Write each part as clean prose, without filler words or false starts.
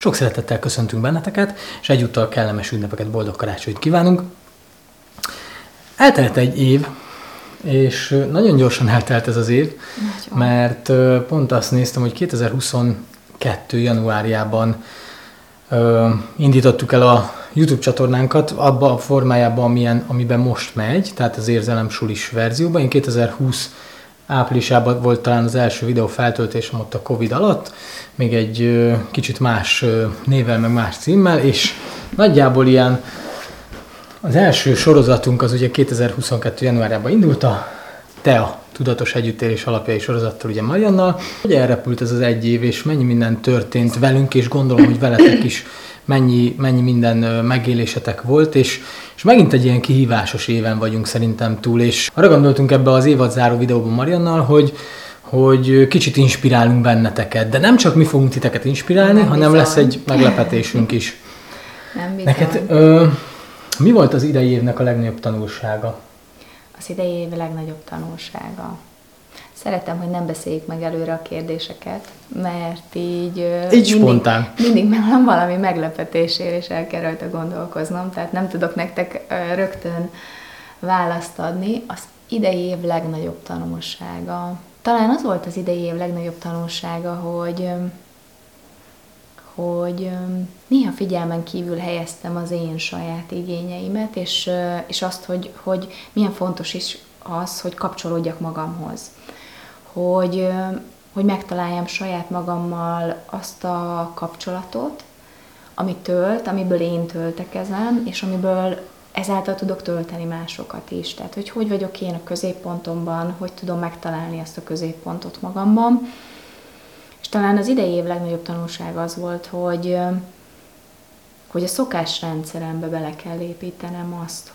Sok szeretettel köszöntünk benneteket, és egyúttal kellemes ünnepeket, boldog karácsonyt kívánunk. Eltelt egy év, és nagyon gyorsan eltelt ez az év, mert pont azt néztem, hogy 2022. januárjában indítottuk el a YouTube csatornánkat abban a formájában, amiben most megy, tehát az Érzelem Sulis verzióban. Én 2020 áprilisában volt talán az első videó feltöltésem ott a Covid alatt, még egy kicsit más névvel, meg más címmel, és nagyjából ilyen az első sorozatunk az ugye 2022. januárjában indult, a TEA Tudatos Együttélés Alapjai sorozattal ugye Mariannal. Ugye elrepült ez az egy év, és mennyi minden történt velünk, és gondolom, hogy veletek is mennyi minden megélésetek volt, és megint egy ilyen kihívásos éven vagyunk szerintem túl, és arra gondoltunk ebbe az évadzáró videóban Mariannal, hogy kicsit inspirálunk benneteket, de nem csak mi fogunk titeket inspirálni, nem hanem bizony. Lesz egy meglepetésünk is. Nem bizony. Neked mi volt az idei évnek a legnagyobb tanulsága? Az idei év legnagyobb tanulsága. Szeretem, hogy nem beszéljük meg előre a kérdéseket, mert így spontán. Mindig van valami meglepetésért, és el kell rajta gondolkoznom, tehát nem tudok nektek rögtön választ adni. Az idei év legnagyobb tanulsága. Talán az volt az idei év legnagyobb tanulsága, hogy néha figyelmen kívül helyeztem az én saját igényeimet, és azt, hogy milyen fontos is az, hogy kapcsolódjak magamhoz. Hogy megtaláljam saját magammal azt a kapcsolatot, amiből én töltekezem, és amiből ezáltal tudok tölteni másokat is. Tehát, hogy vagyok én a középpontomban, hogy tudom megtalálni ezt a középpontot magamban. És talán az idei év legnagyobb tanulsága az volt, hogy a szokásrendszerembe bele kell építenem azt,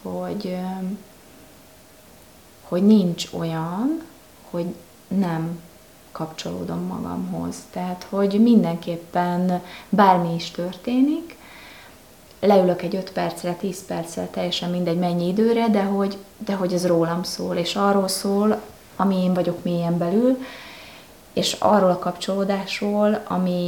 hogy nincs olyan, hogy nem kapcsolódom magamhoz. Tehát, hogy mindenképpen bármi is történik, leülök egy 5 percre, 10 percre, teljesen mindegy mennyi időre, de hogy ez rólam szól, és arról szól, ami én vagyok mélyen belül, és arról a kapcsolódásról,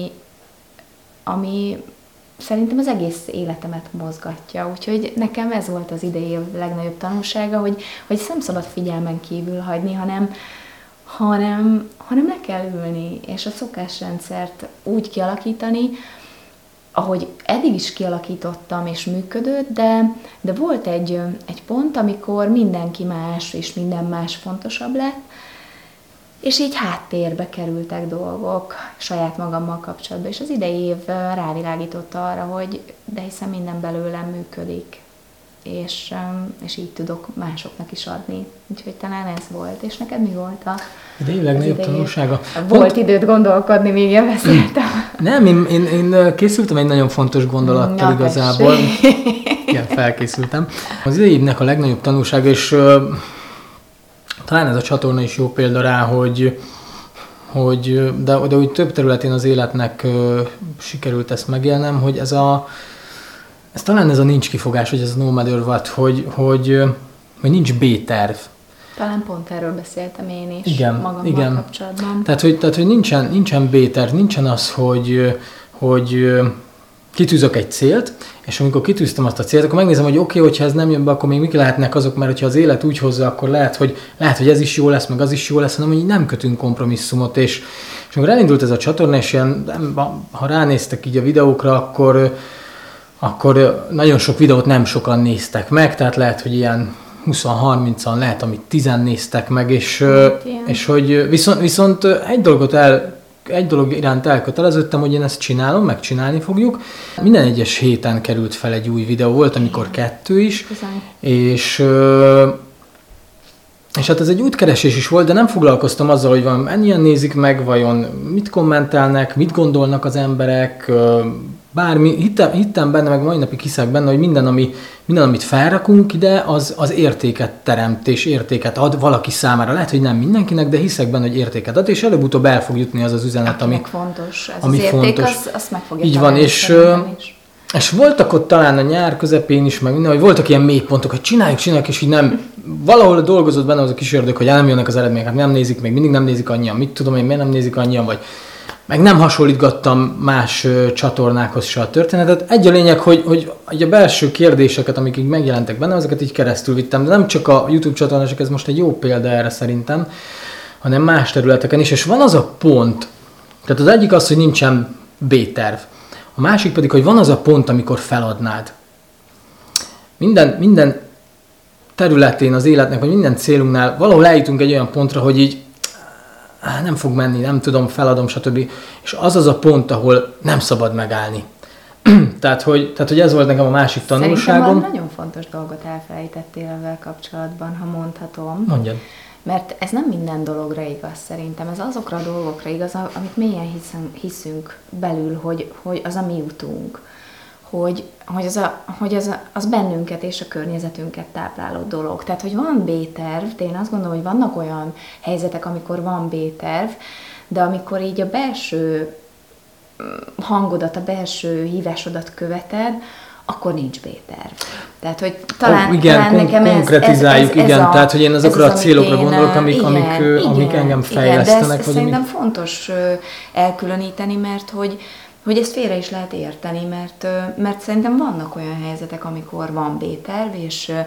ami szerintem az egész életemet mozgatja. Úgyhogy nekem ez volt az idei legnagyobb tanulsága, hogy nem szabad figyelmen kívül hagyni, hanem le kell ülni, és a szokásrendszert úgy kialakítani, ahogy eddig is kialakítottam és működött, de volt egy pont, amikor mindenki más és minden más fontosabb lett, és így háttérbe kerültek dolgok saját magammal kapcsolatban, és az idei év rávilágította arra, hogy de hiszen minden belőlem működik, és így tudok másoknak is adni. Úgyhogy talán ez volt. És neked mi volt a idei legnagyobb tanulsága? Volt időt gondolkodni, míg én beszéltem. Nem, én készültem egy nagyon fontos gondolattal igazából. Igen, felkészültem. Az idei évnek a legnagyobb tanulsága, és talán ez a csatorna is jó példa rá, de úgy több területén az életnek sikerült ezt megélnem, hogy ez talán ez a nincs kifogás, hogy ez a no matter what, hogy nincs B-terv. Talán pont erről beszéltem én is magammal kapcsolatban. Tehát, hogy nincsen B-terv, nincsen az, hogy kitűzök egy célt, és amikor kitűztem azt a célt, akkor megnézem, hogy oké, hogyha ez nem jön be, akkor még mik lehetnek azok, mert hogyha az élet úgy hozza, akkor lehet, hogy ez is jó lesz, meg az is jó lesz, hanem hogy nem kötünk kompromisszumot, és amikor elindult ez a csatorna, és ha ránéztek így a videókra, akkor nagyon sok videót nem sokan néztek meg, tehát lehet, hogy ilyen 20-30-an, lehet, amit 10 néztek meg, és hogy viszont egy dolog iránt elköteleződtem, hogy én ezt csinálom, megcsinálni fogjuk. Minden egyes héten került fel egy új videó, volt, amikor 2 is, és hát ez egy útkeresés is volt, de nem foglalkoztam azzal, hogy van ennyien nézik meg, vajon mit kommentelnek, mit gondolnak az emberek, bármi, hittem benne, meg mai napig hiszek benne, hogy minden, amit felrakunk ide, az értéket teremt, és értéket ad valaki számára. Lehet, hogy nem mindenkinek, de hiszek benne, hogy értéket ad, és előbb-utóbb el fog jutni az az üzenet, ami fontos. Ez ami az érték, fontos. azt meg fogja így van, és voltak ott talán a nyár közepén is, meg minden, hogy voltak ilyen mélypontok, hogy csináljuk, és így nem, valahol dolgozott benne az a kis ördög, hogy nem jönnek az eredmények, hát nem nézik, még mindig nem nézik annyian, mit tudom én, miért nem nézik annyian, vagy meg nem hasonlítgattam más csatornákhoz se a történetet. Egy a lényeg, hogy a belső kérdéseket, amik így megjelentek bennem, ezeket így keresztül vittem. De nem csak a YouTube csatornások, ez most egy jó példa erre szerintem, hanem más területeken is. És van az a pont, tehát az egyik az, hogy nincsen B-terv. A másik pedig, hogy van az a pont, amikor feladnád. Minden területén az életnek, vagy minden célunknál valahol eljutunk egy olyan pontra, hogy így nem fog menni, nem tudom, feladom, stb. És az az a pont, ahol nem szabad megállni. tehát, hogy ez volt nekem a másik tanulságom. Szerintem nagyon fontos dolgot elfelejtettél ezzel kapcsolatban, ha mondhatom. Mondjad. Mert ez nem minden dologra igaz szerintem, ez azokra a dolgokra igaz, amit mélyen hiszünk belül, hogy az a mi utunk. Hogy az bennünket és a környezetünket tápláló dolog. Tehát, hogy van B-terv, de én azt gondolom, hogy vannak olyan helyzetek, amikor van B-terv, de amikor így a belső hangodat, a belső hívásodat követed, akkor nincs B-terv. Tehát, hogy talán nekem konkretizáljuk, tehát, hogy én azokra a célokra gondolok, amik engem fejlesztenek. De ezt szerintem fontos elkülöníteni, mert hogy ezt félre is lehet érteni, mert szerintem vannak olyan helyzetek, amikor van B-terv,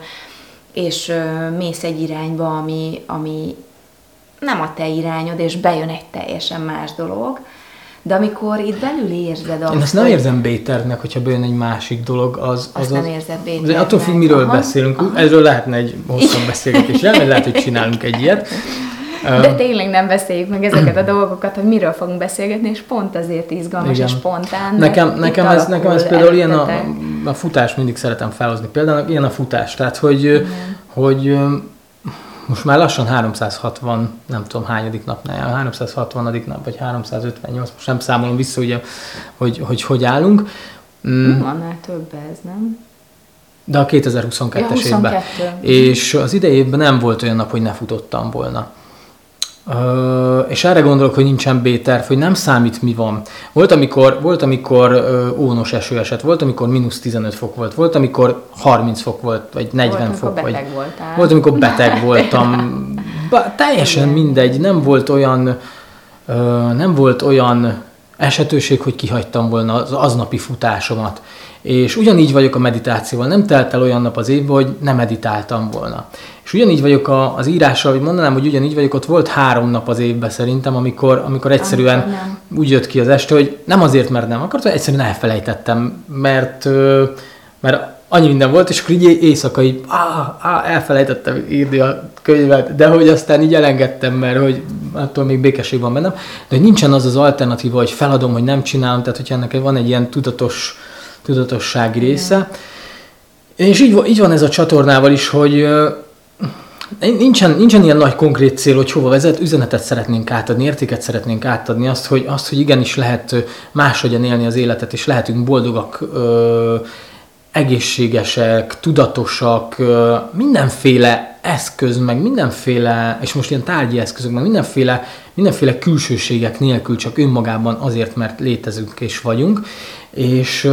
és mész egy irányba, ami nem a te irányod, és bejön egy teljesen más dolog, de amikor itt belül érzed azt, én ezt nem érzem B-tervnek, hogyha bejön egy másik dolog, azt nem érzed B-tervnek. Attól függ, miről beszélünk. Erről lehetne egy hosszabb beszélgetés, mert lehet, hogy csinálunk egy ilyet. De tényleg nem beszéljük meg ezeket a dolgokat, hogy miről fogunk beszélgetni, és pont azért izgalmas és spontán. Nekem ez például ilyen a futás, mindig szeretem felhozni például, ilyen a futás. Tehát, hogy most már lassan 360, nem tudom hányadik napnál jár, 360. nap, vagy 358, most nem számolom vissza, ugye, hogy állunk. Annál több ez, nem? De a 2022-es évben. És az idei évben nem volt olyan nap, hogy ne futottam volna. És erre gondolok, hogy nincsen B-terv, hogy nem számít, mi van. Volt, amikor ónos eső esett, volt, amikor mínusz 15 fok volt, amikor 30 fok volt, vagy 40 fok. Volt, amikor beteg voltam. Teljesen mindegy, nem volt olyan esetőség, hogy kihagytam volna az aznapi futásomat. És ugyanígy vagyok a meditációval. Nem telt el olyan nap az évben, hogy nem meditáltam volna. És ugyanígy vagyok az írással, hogy mondanám, hogy ugyanígy vagyok, ott volt 3 nap az évben szerintem, amikor egyszerűen úgy jött ki az este, hogy nem azért, mert nem akartam, egyszerűen elfelejtettem, mert annyi minden volt, és akkor így éjszaka így, elfelejtettem írni a könyvet, de hogy aztán így elengedtem, mert hogy attól még békesség van bennem, de hogy nincsen az alternatíva, hogy feladom, hogy nem csinálom, tehát hogyha ennek van egy ilyen tudatossági része. És így van ez a csatornával is, hogy nincsen ilyen nagy konkrét cél, hogy hova vezet, üzenetet szeretnénk átadni, értéket szeretnénk átadni, azt, hogy igenis lehet máshogyan élni az életet, és lehetünk boldogak, egészségesek, tudatosak, mindenféle eszköz, meg mindenféle, és most ilyen tárgyi eszközök, meg mindenféle külsőségek nélkül, csak önmagában azért, mert létezünk és vagyunk, és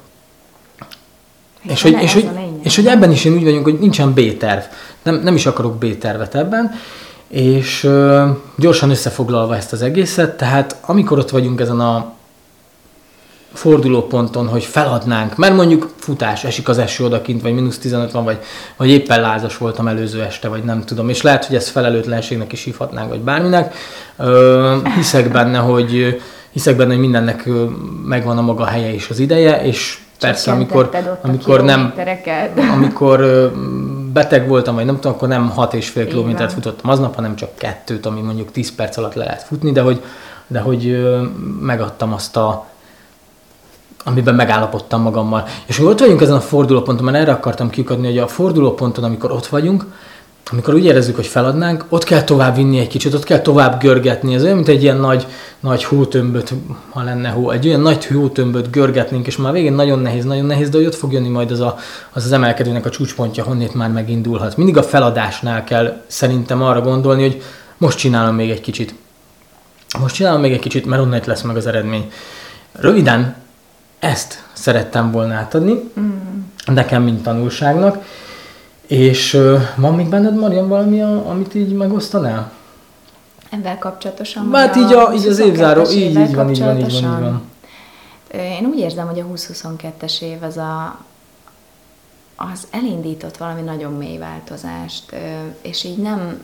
hogy ebben is én úgy vagyunk, hogy nincsen B-terv. Nem is akarok B-tervet ebben, és gyorsan összefoglalva ezt az egészet, tehát amikor ott vagyunk ezen a fordulóponton, hogy feladnánk, mert mondjuk futás, esik az eső odakint, vagy mínusz 15 van, vagy éppen lázas voltam előző este, vagy nem tudom, és lehet, hogy ezt felelőtlenségnek is hívhatnánk, vagy bárminek. Hiszek benne, hogy mindennek megvan a maga helye és az ideje, és persze, amikor beteg voltam, vagy nem tudom, akkor nem 6,5 kilométert futottam aznap, hanem csak 2, ami mondjuk 10 perc alatt le lehet futni, de hogy megadtam azt amiben megállapodtam magammal. És amikor ott vagyunk ezen a fordulóponton, mert erre akartam kiukadni, hogy a fordulóponton, amikor ott vagyunk, amikor úgy érezzük, hogy feladnánk, ott kell tovább vinni egy kicsit, ott kell tovább görgetni. Ez olyan, mint egy ilyen nagy hótömböt, ha lenne hó, egy olyan nagy hótömböt görgetnénk, és már végén nagyon nehéz, de hogy ott fog jönni majd az emelkedőnek a csúcspontja, honnét már megindulhat. Mindig a feladásnál kell szerintem arra gondolni, hogy most csinálom még egy kicsit. Mert onnét lesz meg az eredmény. Röviden ezt szerettem volna átadni, nekem, mint tanulságnak. És van még benned, Marian, valami, amit így megosztanál? Ebben kapcsolatosan? Hát így az évzáró, így van. Én úgy érzem, hogy a 2022-es év az elindított valami nagyon mély változást, és így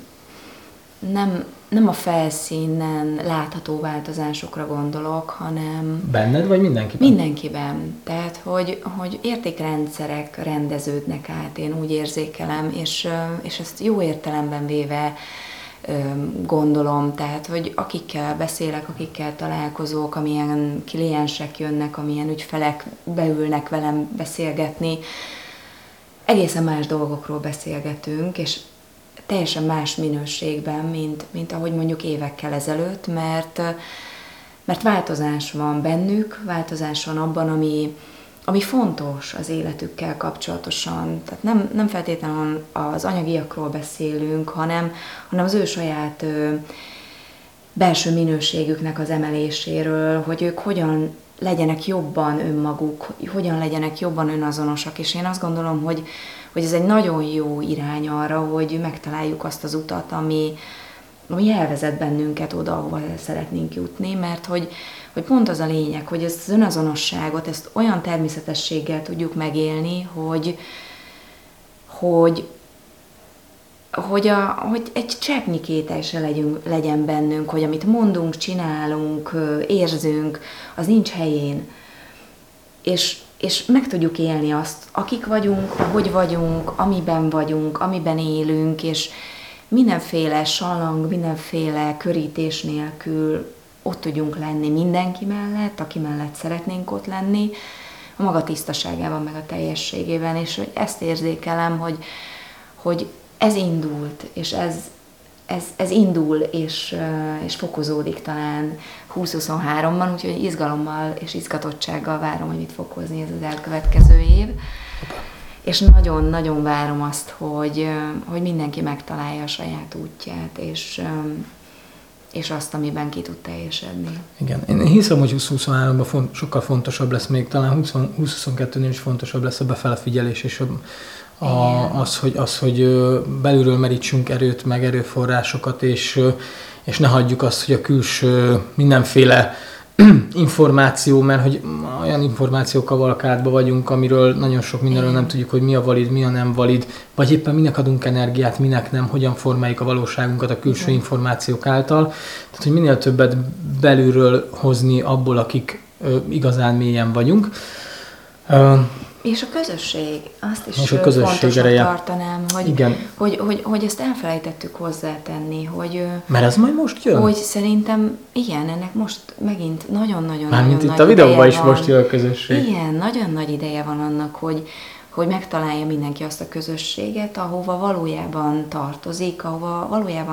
nem a felszínen látható változásokra gondolok, hanem... Benned, vagy mindenkiben? Mindenkiben. Tehát, hogy értékrendszerek rendeződnek át, én úgy érzékelem, és ezt jó értelemben véve gondolom, tehát, hogy akikkel beszélek, akikkel találkozok, amilyen kliensek jönnek, amilyen ügyfelek beülnek velem beszélgetni, egészen más dolgokról beszélgetünk, és teljesen más minőségben, mint ahogy mondjuk évekkel ezelőtt, mert változás van bennük, változás van abban, ami fontos az életükkel kapcsolatosan. Tehát nem feltétlenül az anyagiakról beszélünk, hanem az ő saját belső minőségüknek az emeléséről, hogy ők hogyan legyenek jobban önmaguk, hogyan legyenek jobban önazonosak, és én azt gondolom, hogy ez egy nagyon jó irány arra, hogy megtaláljuk azt az utat, ami elvezet bennünket oda, ahova szeretnénk jutni, mert hogy pont az a lényeg, hogy ezt az önazonosságot, ezt olyan természetességgel tudjuk megélni, hogy egy cseppnyi kételj se legyen bennünk, hogy amit mondunk, csinálunk, érzünk, az nincs helyén. És meg tudjuk élni azt, akik vagyunk, ahogy vagyunk, amiben élünk, és mindenféle sallang, mindenféle körítés nélkül ott tudjunk lenni mindenki mellett, aki mellett szeretnénk ott lenni, a maga tisztaságában, meg a teljességében, és hogy ezt érzékelem, hogy ez indult, és ez indul, és fokozódik talán 2023-ban, úgyhogy izgalommal és izgatottsággal várom, hogy mit fog hozni ez az elkövetkező év. És nagyon-nagyon várom azt, hogy mindenki megtalálja a saját útját, és azt, amiben ki tud teljesedni. Igen, én hiszem, hogy 2023-ban sokkal fontosabb lesz, még talán 2022-nél is fontosabb lesz a befele figyelés, és az, hogy belülről merítsünk erőt, meg erőforrásokat, és ne hagyjuk azt, hogy a külső mindenféle információ, mert hogy olyan információkkal valakádban vagyunk, amiről nagyon sok mindenről nem tudjuk, hogy mi a valid, mi a nem valid, vagy éppen minek adunk energiát, minek nem, hogyan formáljuk a valóságunkat a külső információk által. Tehát, hogy minél többet belülről hozni abból, akik igazán mélyen vagyunk. És a közösség, azt is fontosnak tartanám, hogy ezt elfelejtettük hozzátenni, hogy... Mert ez majd most jön? Hogy szerintem, igen, ennek most megint nagyon-nagyon mármint itt a videóban is most jön a közösség. Igen, nagyon nagy ideje van annak, hogy megtalálja mindenki azt a közösséget, ahova valójában tartozik, ahol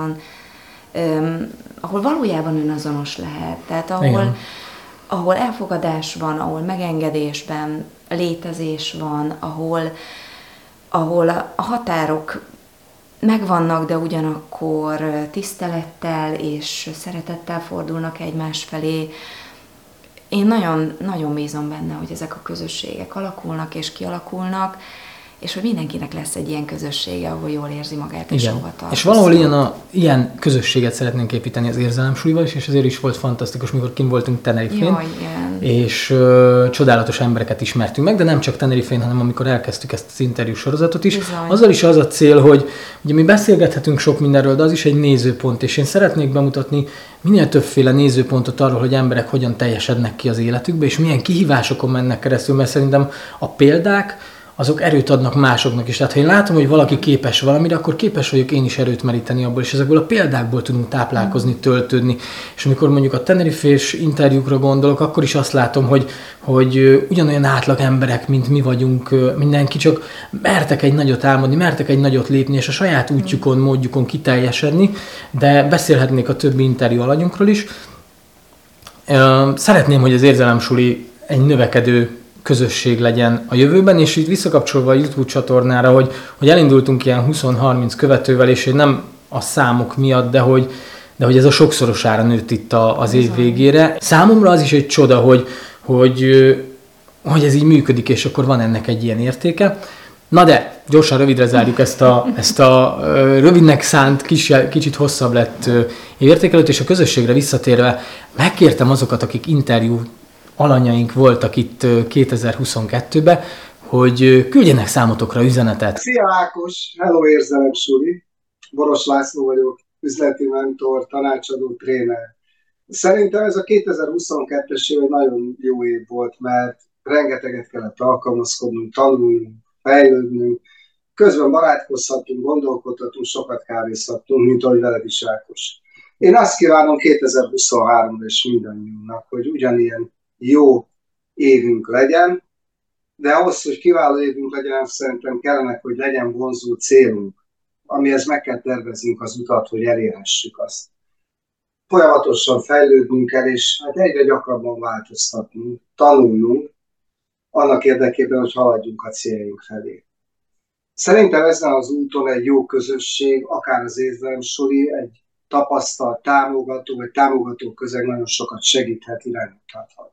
valójában önazonos lehet. Tehát ahol elfogadás van, ahol megengedésben létezés van, ahol a határok megvannak, de ugyanakkor tisztelettel és szeretettel fordulnak egymás felé. Én nagyon, nagyon bízom benne, hogy ezek a közösségek alakulnak és kialakulnak, és hogy mindenkinek lesz egy ilyen közössége, ahol jól érzi magát, és hova tartozik. És valahol ilyen közösséget szeretnénk építeni az érzelemsulival is, és ezért is volt fantasztikus, mikor kint voltunk Tenerifén, és csodálatos embereket ismertünk meg, de nem csak Tenerifén, hanem amikor elkezdtük ezt az interjú sorozatot is. Bizony. Azzal is az a cél, hogy ugye mi beszélgethetünk sok mindenről, de az is egy nézőpont, és én szeretnék bemutatni minél többféle nézőpontot arról, hogy emberek hogyan teljesednek ki az életükbe, és milyen kihívásokon mennek keresztül, mert szerintem a példák azok erőt adnak másoknak is. Tehát ha én látom, hogy valaki képes valamire, akkor képes vagyok én is erőt meríteni abból, és ezekből a példákból tudunk táplálkozni, töltődni. És amikor mondjuk a Tenerifés interjúkra gondolok, akkor is azt látom, hogy ugyanolyan átlag emberek, mint mi vagyunk, mindenki, csak mertek egy nagyot álmodni, mertek egy nagyot lépni, és a saját útjukon, módjukon kiteljesedni, de beszélhetnék a többi interjú alanyunkról is. Szeretném, hogy az érzelemsuli egy növekedő közösség legyen a jövőben, és itt visszakapcsolva a YouTube csatornára, hogy elindultunk ilyen 20-30 követővel, és nem a számok miatt, de hogy ez a sokszorosára nőtt itt az év végére. Számomra az is egy csoda, hogy ez így működik, és akkor van ennek egy ilyen értéke. Na de, gyorsan, rövidre zárjuk ezt a rövidnek szánt, kicsit hosszabb lett értékelőt, és a közösségre visszatérve megkértem azokat, akik interjú alanyaink voltak itt 2022-ben, hogy küldjenek számotokra üzenetet. Szia Ákos, hello érzelem Suli, Boros László vagyok, üzleti mentor, tanácsadó, tréner. Szerintem ez a 2022-es év egy nagyon jó év volt, mert rengeteget kellett alkalmazkodnunk, tanulnunk, fejlődnünk, közben barátkozhatunk, gondolkodhatunk, sokat kávézhatunk, mint ahogy veled is, Ákos. Én azt kívánom 2023-ra is mindannyiunknak, hogy ugyanilyen jó évünk legyen, de ahhoz, hogy kiváló évünk legyen, szerintem kellene, hogy legyen vonzó célunk, amihez meg kell terveznünk az utat, hogy elérhessük azt. Folyamatosan fejlődnünk kell, és hát egyre gyakrabban változtatnunk, tanulnunk, annak érdekében, hogy haladjunk a céljaink felé. Szerintem ezen az úton egy jó közösség, akár az érzelem Suli, egy tapasztalt támogató, vagy támogató közeg nagyon sokat segíthet, irányíthat.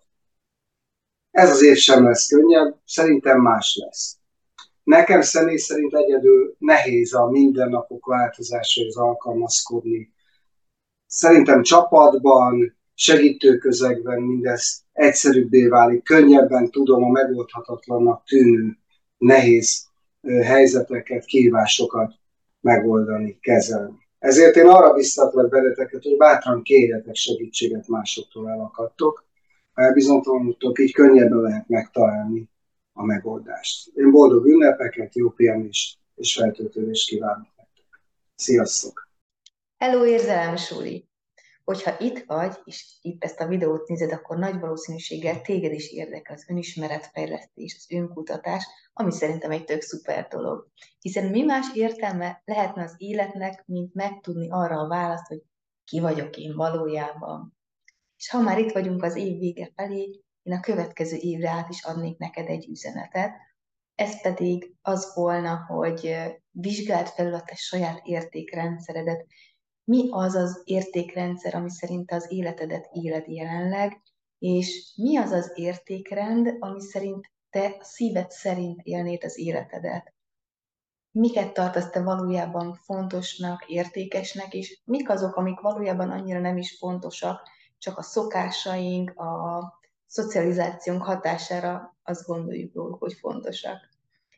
Ez az év sem lesz könnyebb, szerintem más lesz. Nekem személy szerint egyedül nehéz a mindennapok változásaihoz alkalmazkodni. Szerintem csapatban, segítőközegben mindez egyszerűbbé válik, könnyebben tudom a megoldhatatlannak tűnő nehéz helyzeteket, kihívásokat megoldani, kezelni. Ezért én arra biztatlak benneteket, hogy bátran kérjetek segítséget másoktól, elakadtok. Ha elbizonytalanodtok, így könnyebben lehet megtalálni a megoldást. Én boldog ünnepeket, jó pihenést és feltöltődést kívánok nektek. Sziasztok! Hello, érzelem Suli! Hogyha itt vagy, és itt ezt a videót nézed, akkor nagy valószínűséggel téged is érdekel az önismeretfejlesztés, az önkutatás, ami szerintem egy tök szuper dolog. Hiszen mi más értelme lehetne az életnek, mint megtudni arra a választ, hogy ki vagyok én valójában. És ha már itt vagyunk az év vége felé, én a következő évre át is adnék neked egy üzenetet. Ez pedig az volna, hogy vizsgáld felül a te saját értékrendszeredet. Mi az az értékrendszer, ami szerint az életedet éled jelenleg, és mi az az értékrend, ami szerint te szíved szerint élnéd az életedet. Miket tartasz te valójában fontosnak, értékesnek, és mik azok, amik valójában annyira nem is fontosak, csak a szokásaink, a szocializációnk hatására azt gondoljuk róluk, hogy fontosak.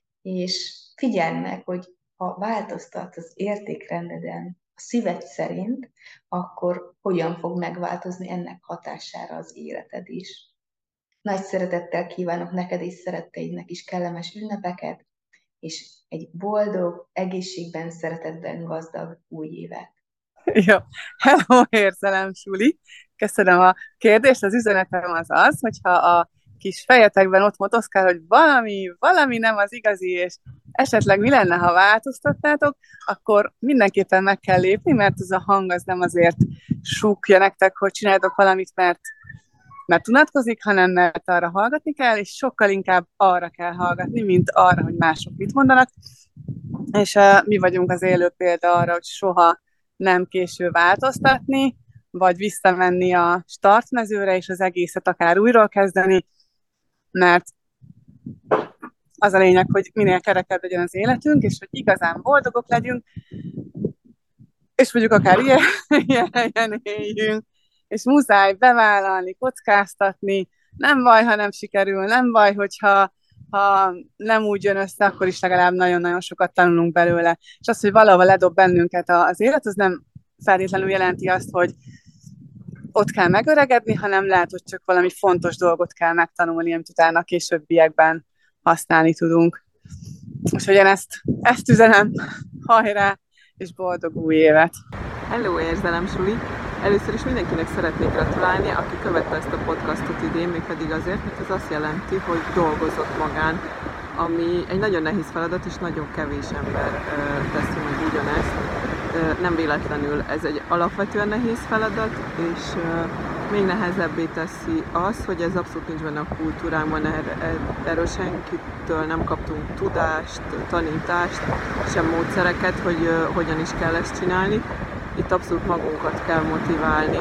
És figyeld meg, hogy ha változtatsz az értékrendeden a szíved szerint, akkor hogyan fog megváltozni ennek hatására az életed is. Nagy szeretettel kívánok neked és szeretteidnek is kellemes ünnepeket, és egy boldog, egészségben, szeretetben gazdag új évet. Jó, hello érzelem Suli! Köszönöm a kérdést. Az üzenetem az, hogyha a kis fejetekben ott motoszkál, hogy valami nem az igazi, és esetleg mi lenne, ha változtatnátok, akkor mindenképpen meg kell lépni, mert ez a hang az nem azért súgja nektek, hogy csináljátok valamit, mert unatkozik, hanem mert arra hallgatni kell, és sokkal inkább arra kell hallgatni, mint arra, hogy mások mit mondanak. És mi vagyunk az élő példa arra, hogy soha nem késő változtatni, vagy visszamenni a startmezőre, és az egészet akár újról kezdeni, mert az a lényeg, hogy minél kerekebb legyen az életünk, és hogy igazán boldogok legyünk, és mondjuk akár ilyen helyen éljünk, és muszáj bevállalni, kockáztatni, nem baj, ha nem sikerül, nem baj, hogyha nem úgy jön össze, akkor is legalább nagyon-nagyon sokat tanulunk belőle. És az, hogy valahol ledob bennünket az élet, az nem feltétlenül jelenti azt, hogy ott kell megöregedni, hanem lehet, hogy csak valami fontos dolgot kell megtanulni, amit utána a későbbiekben használni tudunk. Úgyhogy én ezt üzenem, hajrá, és boldog új évet! Hello, érzelem Suli! Először is mindenkinek szeretnék gratulálni, aki követte ezt a podcastot idén, mégpedig azért, mert ez azt jelenti, hogy dolgozott magán, ami egy nagyon nehéz feladat, és nagyon kevés ember teszi meg ugyanezt. Nem véletlenül ez egy alapvetően nehéz feladat, és még nehezebbé teszi az, hogy ez abszolút nincs benne a kultúránkban, erről senkitől nem kaptunk tudást, tanítást, sem módszereket, hogy hogyan is kell ezt csinálni. Itt abszolút magunkat kell motiválni,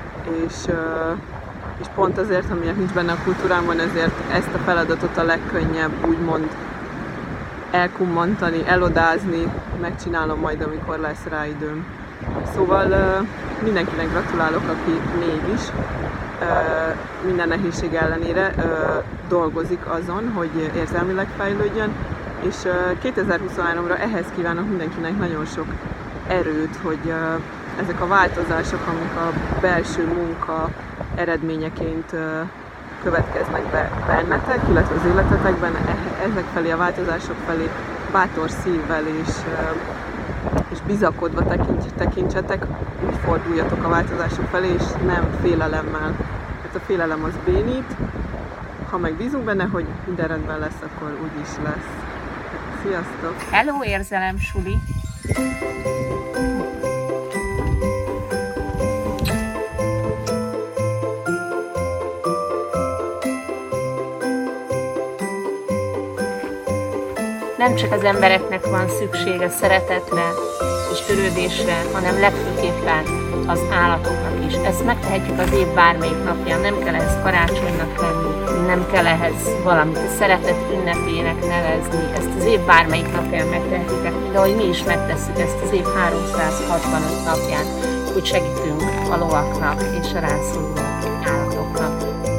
és pont azért, amiért nincs benne a kultúrámban, ezért ezt a feladatot a legkönnyebb úgymond elkummantani, elodázni, megcsinálom majd, amikor lesz rá időm. Szóval mindenkinek gratulálok, aki mégis minden nehézség ellenére dolgozik azon, hogy érzelmileg fejlődjön, és 2023-ra ehhez kívánok mindenkinek nagyon sok erőt, hogy ezek a változások, amik a belső munka eredményeként következnek be bennetek, illetve az életetekben, ezek felé, a változások felé bátor szívvel és bizakodva tekintsetek, úgy forduljatok a változások felé, és nem félelemmel. Mert a félelem az bénít, ha meg bízunk benne, hogy minden rendben lesz, akkor úgy is lesz. Sziasztok! Hello, érzelem suli! Nem csak az embereknek van szüksége szeretetre és törődésre, hanem legfőképpen az állatoknak is. Ezt megtehetjük az év bármelyik napján, nem kell ehhez karácsonynak lenni, nem kell ehhez valamit a szeretet ünnepének nevezni. Ezt az év bármelyik napján megtehetitek, de ahogy mi is megtesszük ezt az év 365 napján, hogy segítünk a lovaknak és a rászoruló állatoknak.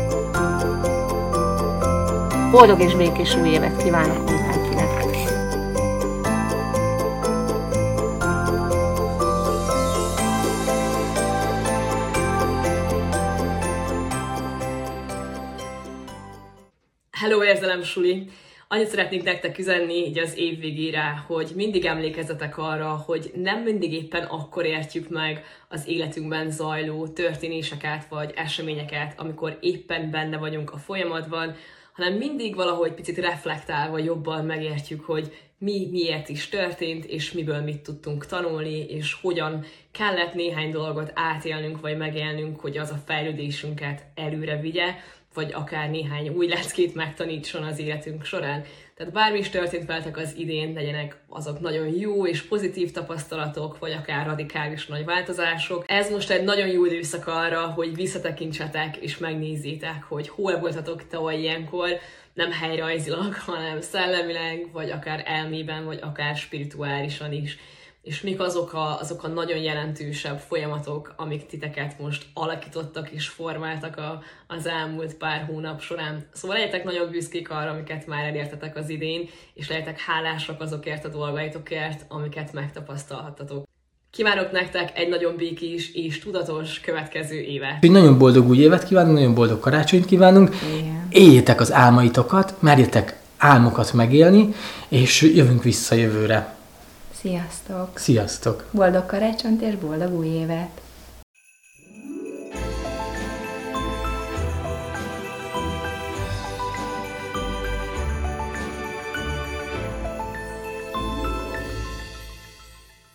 Boldog és békés új évet kívánok mindenkinek! Hello, érzelem suli! Annyit szeretnék nektek üzenni így az év végére, hogy mindig emlékezzetek arra, hogy nem mindig éppen akkor értjük meg az életünkben zajló történéseket vagy eseményeket, amikor éppen benne vagyunk a folyamatban, hanem mindig valahogy picit reflektálva jobban megértjük, hogy mi miért is történt, és miből mit tudtunk tanulni, és hogyan kellett néhány dolgot átélnünk vagy megélnünk, hogy az a fejlődésünket előre vigye, vagy akár néhány új leckét megtanítson az életünk során. Tehát bármi is történt veletek az idén, legyenek azok nagyon jó és pozitív tapasztalatok, vagy akár radikális nagy változások. Ez most egy nagyon jó időszak arra, hogy visszatekintsetek és megnézzétek, hogy hol voltatok tavaly ilyenkor, nem helyrajzilag, hanem szellemileg, vagy akár elmében, vagy akár spirituálisan is. És mik azok a nagyon jelentősebb folyamatok, amik titeket most alakítottak és formáltak az elmúlt pár hónap során. Szóval legyetek nagyon büszkék arra, amiket már elértetek az idén, és legyetek hálásak azokért a dolgaitokért, amiket megtapasztalhattatok. Kívánok nektek egy nagyon békés és tudatos következő évet. Nagyon boldog új évet kívánunk, nagyon boldog karácsonyt kívánunk. Igen. Éljétek az álmaitokat, merjetek álmokat megélni, és jövünk vissza jövőre. Sziasztok! Sziasztok! Boldog karácsonyt és boldog új évet!